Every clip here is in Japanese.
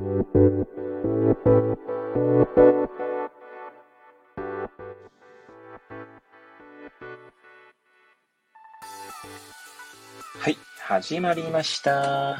はい、始まりました。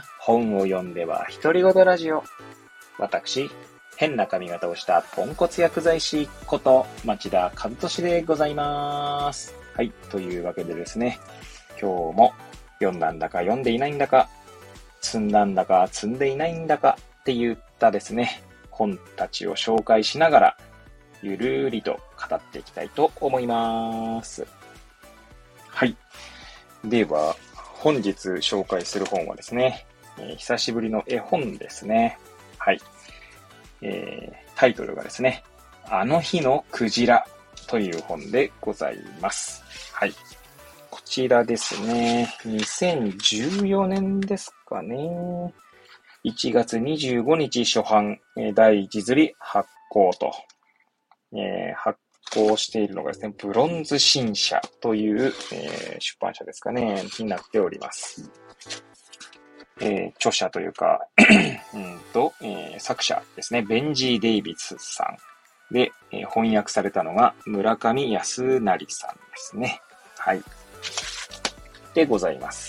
本を読んでは独り言ラジオ。私、変な髪型をしたポンコツ薬剤師こと町田和俊でございます。はい、というわけでですね、今日も読んだんだか読んでいないんだか、積んだんだか積んでいないんだかって言ったですね、本たちを紹介しながら、ゆるりと語っていきたいと思います。はい。では、本日紹介する本はですね、久しぶりの絵本ですね。はい。タイトルがですね、あの日のクジラという本でございます。はい。こちらですね、2014年ですかね。1月25日初版、第1釣り発行と、発行しているのがですね、ブロンズ新社という、出版社ですかね、になっております。著者というか作者ですね、ベンジー・デイビスさんで、翻訳されたのが村上康成さんですね。はい。でございます。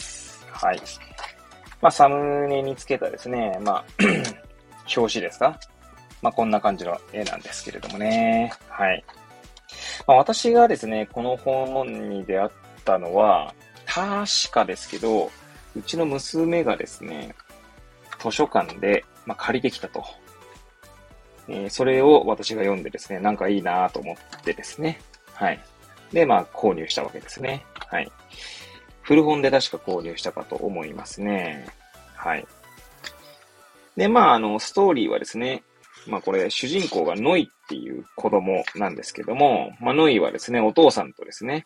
はい。まあ、サムネにつけたですね、まあ、表紙ですか？まあ、こんな感じの絵なんですけれどもね。はい。まあ、私がですね、この本に出会ったのは、確かですけど、うちの娘がですね、図書館で、借りてきたと。それを私が読んでですね、なんかいいなと思ってですね。はい。で、購入したわけですね。はい。古本で確か購入したかと思いますね。はい。で、ストーリーはですね、これ、主人公がノイっていう子供なんですけども、ノイはですね、お父さんとですね、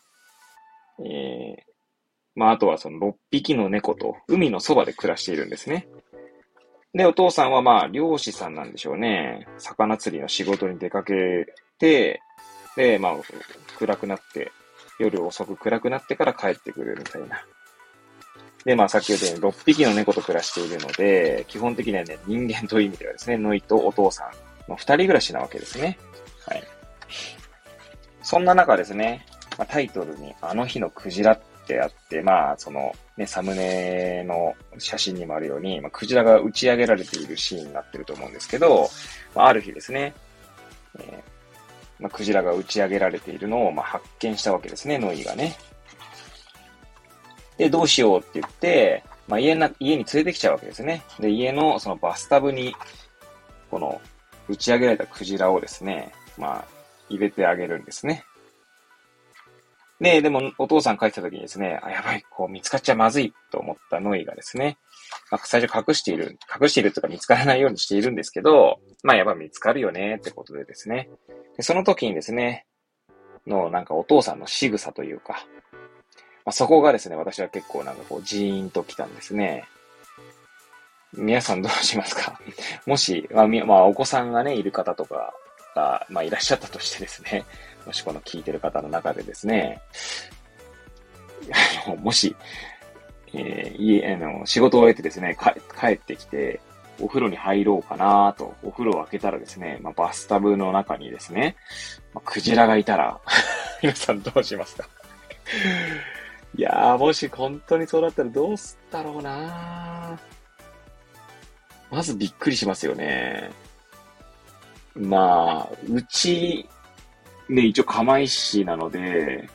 あとはその6匹の猫と海のそばで暮らしているんですね。で、お父さんは漁師さんなんでしょうね。魚釣りの仕事に出かけて、で、暗くなって、夜遅く暗くなってから帰ってくるみたいな。で、先ほど言ったように6匹の猫と暮らしているので、基本的にはね、人間という意味ではですね、ノイとお父さんの2人暮らしなわけですね。はい。そんな中ですね、タイトルにあの日のクジラってあって、サムネの写真にもあるように、クジラが打ち上げられているシーンになってると思うんですけど、ある日ですね、クジラが打ち上げられているのを発見したわけですね、ノイがね。で、どうしようって言って、家に連れてきちゃうわけですね。で、家のそのバスタブに、この打ち上げられたクジラをですね、入れてあげるんですね。でもお父さん帰ってた時にですね、やばい、見つかっちゃまずいと思ったノイがですね、最初隠しているというか見つからないようにしているんですけど、やっぱ見つかるよねってことでですね。でその時にですね、お父さんの仕草というか、そこがですね、私は結構ジーンときたんですね。皆さんどうしますか？もし、お子さんがね、いる方とかが、いらっしゃったとしてですね、もしこの聞いてる方の中でですね、もし、仕事を終えてですね、帰ってきて、お風呂に入ろうかなと、お風呂を開けたらですね、バスタブの中にですね、クジラがいたら、皆さんどうしますか？いやー、もし本当にそうだったらどうすったろうな。まずびっくりしますよね。うち、ね、一応釜石なので、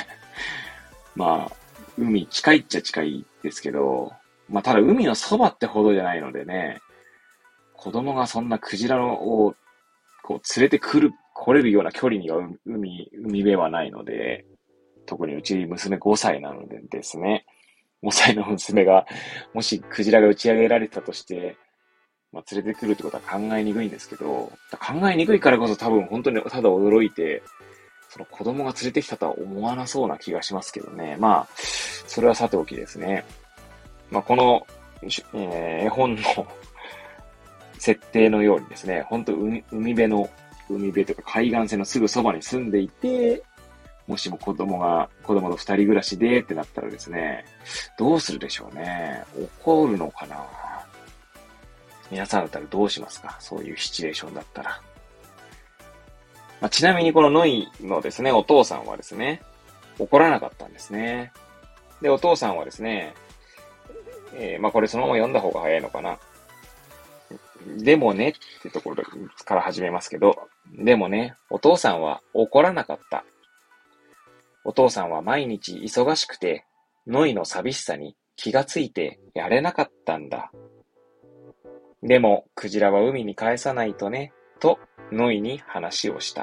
海近いっちゃ近いですけど、ただ海のそばってほどじゃないのでね、子供がそんなクジラを連れて来れるような距離には海辺はないので、特にうち娘5歳なのでですね、5歳の娘が、もしクジラが打ち上げられたとして、連れてくるってことは考えにくいんですけど、考えにくいからこそ多分本当にただ驚いて、その子供が連れてきたとは思わなそうな気がしますけどね。それはさておきですね。この、絵本の設定のようにですね、本当海辺というか海岸線のすぐそばに住んでいて、もしも子供と二人暮らしでってなったらですね、どうするでしょうね。怒るのかな。 皆さんだったらどうしますか？そういうシチュエーションだったら。ちなみにこのノイのですね、お父さんはですね、怒らなかったんですね。で、お父さんはですね、これそのまま読んだ方が早いのかな。でもねってところから始めますけど、でもね、お父さんは怒らなかった。お父さんは毎日忙しくて、ノイの寂しさに気がついてやれなかったんだ。でも、クジラは海に返さないとね、と、ノイに話をした。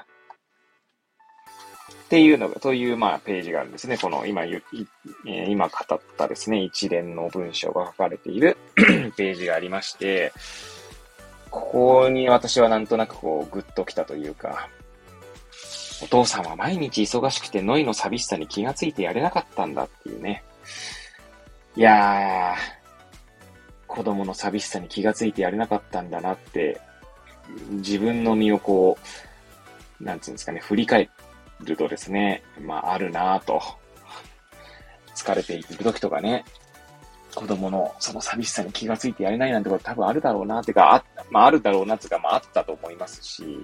っていうのが、という、ページがあるんですね。この、今語ったですね、一連の文章が書かれているページがありまして、ここに私はなんとなくグッときたというか、お父さんは毎日忙しくてノイの寂しさに気がついてやれなかったんだっていうね。いやー、子供の寂しさに気がついてやれなかったんだなって、自分の身をなんつうんですかね、振り返るとですね、あるなぁと。疲れている時とかね、子供のその寂しさに気がついてやれないなんてこと多分あるだろうなってか、あるだろうなっていうか、あったと思いますし、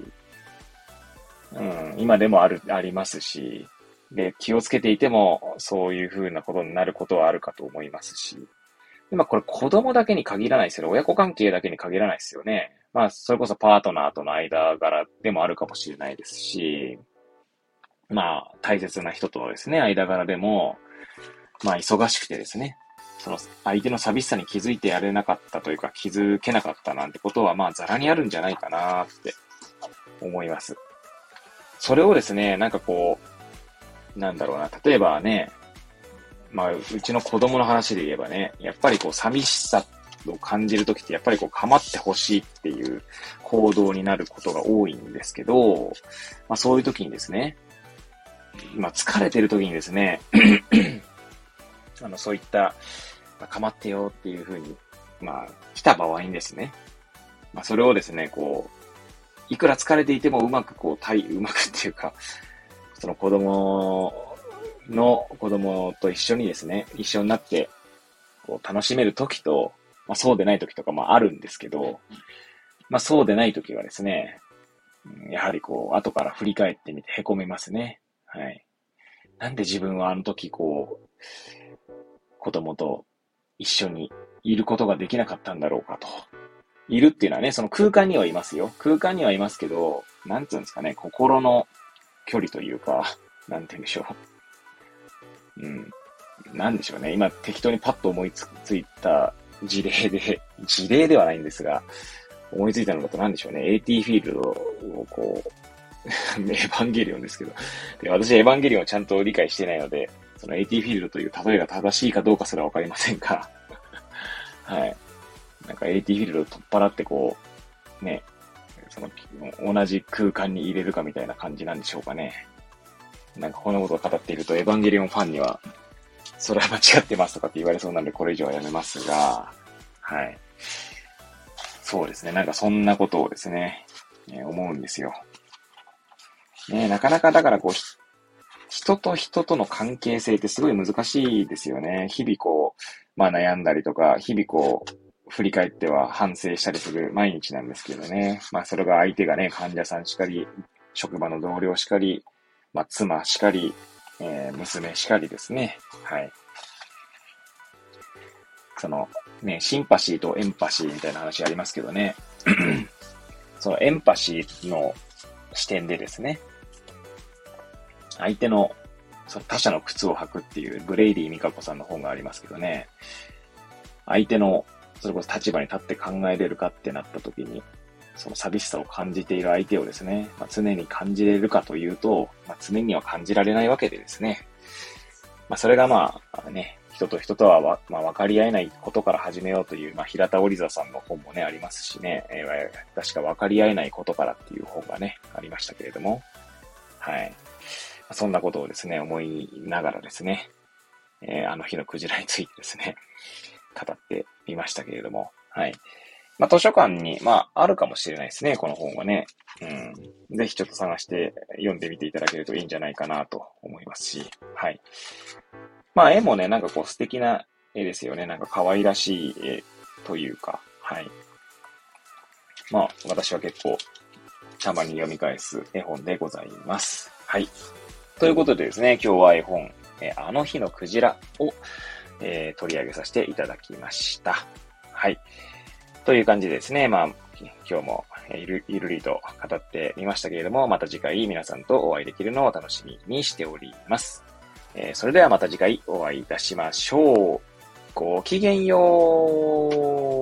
今でもありますし、で、気をつけていても、そういう風なことになることはあるかと思いますし、で、これ子供だけに限らないですよね。親子関係だけに限らないですよね。それこそパートナーとの間柄でもあるかもしれないですし、大切な人とのですね、間柄でも、忙しくてですね、その相手の寂しさに気づいてやれなかったというか、気づけなかったなんてことは、ザラにあるんじゃないかなって思います。それをですね、なんだろうな、例えばね、うちの子供の話で言えばね、やっぱり寂しさを感じるときって、やっぱり構ってほしいっていう行動になることが多いんですけど、そういうときにですね、疲れてるときにですね、そういった、構ってよっていう風に、来た場合にですね、それをですね、いくら疲れていてもうまくうまくっていうか、その子供と一緒にですね、一緒になって、楽しめる時と、そうでない時とかあるんですけど、そうでない時はですね、やはり後から振り返ってみて凹みますね。はい。なんで自分はあの時子供と一緒にいることができなかったんだろうかと。いるっていうのはね、その空間にはいますよ。空間にはいますけど、なんていうんですかね、心の距離というか、なんて言うんでしょう。なんでしょうね。今適当にパッと思いついた事例ではないんですが、思いついたのだと何でしょうね。AT フィールドをエヴァンゲリオンですけど。で、私エヴァンゲリオンをちゃんと理解してないので、その AT フィールドという例えが正しいかどうかすらわかりませんが、はい。AT フィールドを取っ払ってね、その同じ空間に入れるかみたいな感じなんでしょうかね。こんなことを語っているとエヴァンゲリオンファンには、それは間違ってますとかって言われそうなんでこれ以上はやめますが、はい。そうですね。そんなことをですね、思うんですよ。ね、なかなかだから人と人との関係性ってすごい難しいですよね。日々悩んだりとか、日々振り返っては反省したりする毎日なんですけどね。それが相手がね、患者さんしかり、職場の同僚しかり、妻しかり、娘しかりですね。はい。その、ね、シンパシーとエンパシーみたいな話ありますけどね。そのエンパシーの視点でですね、相手の、その他者の靴を履くっていうブレイディ・ミカコさんの本がありますけどね、相手の、それこそ立場に立って考えれるかってなった時に、その寂しさを感じている相手をですね、常に感じれるかというと、常には感じられないわけでですね、それがね、人と人とは分かり合えないことから始めようという、平田織座さんの本もね、ありますしね、確か分かり合えないことからっていう本がね、ありましたけれども、はい。そんなことをですね、思いながらですね、あの日のクジラについてですね、語ってみましたけれども、はい。図書館に、あるかもしれないですね、この本はね。ぜひちょっと探して読んでみていただけるといいんじゃないかなと思いますし、はい。絵もね、素敵な絵ですよね。可愛らしい絵というか、はい。 私は結構、たまに読み返す絵本でございます。はい。ということでですね、今日は絵本、あの日のクジラを、取り上げさせていただきました。はい。という感じでですね、今日もゆるりと語ってみましたけれども、また次回皆さんとお会いできるのを楽しみにしております。それではまた次回お会いいたしましょう。ごきげんよう。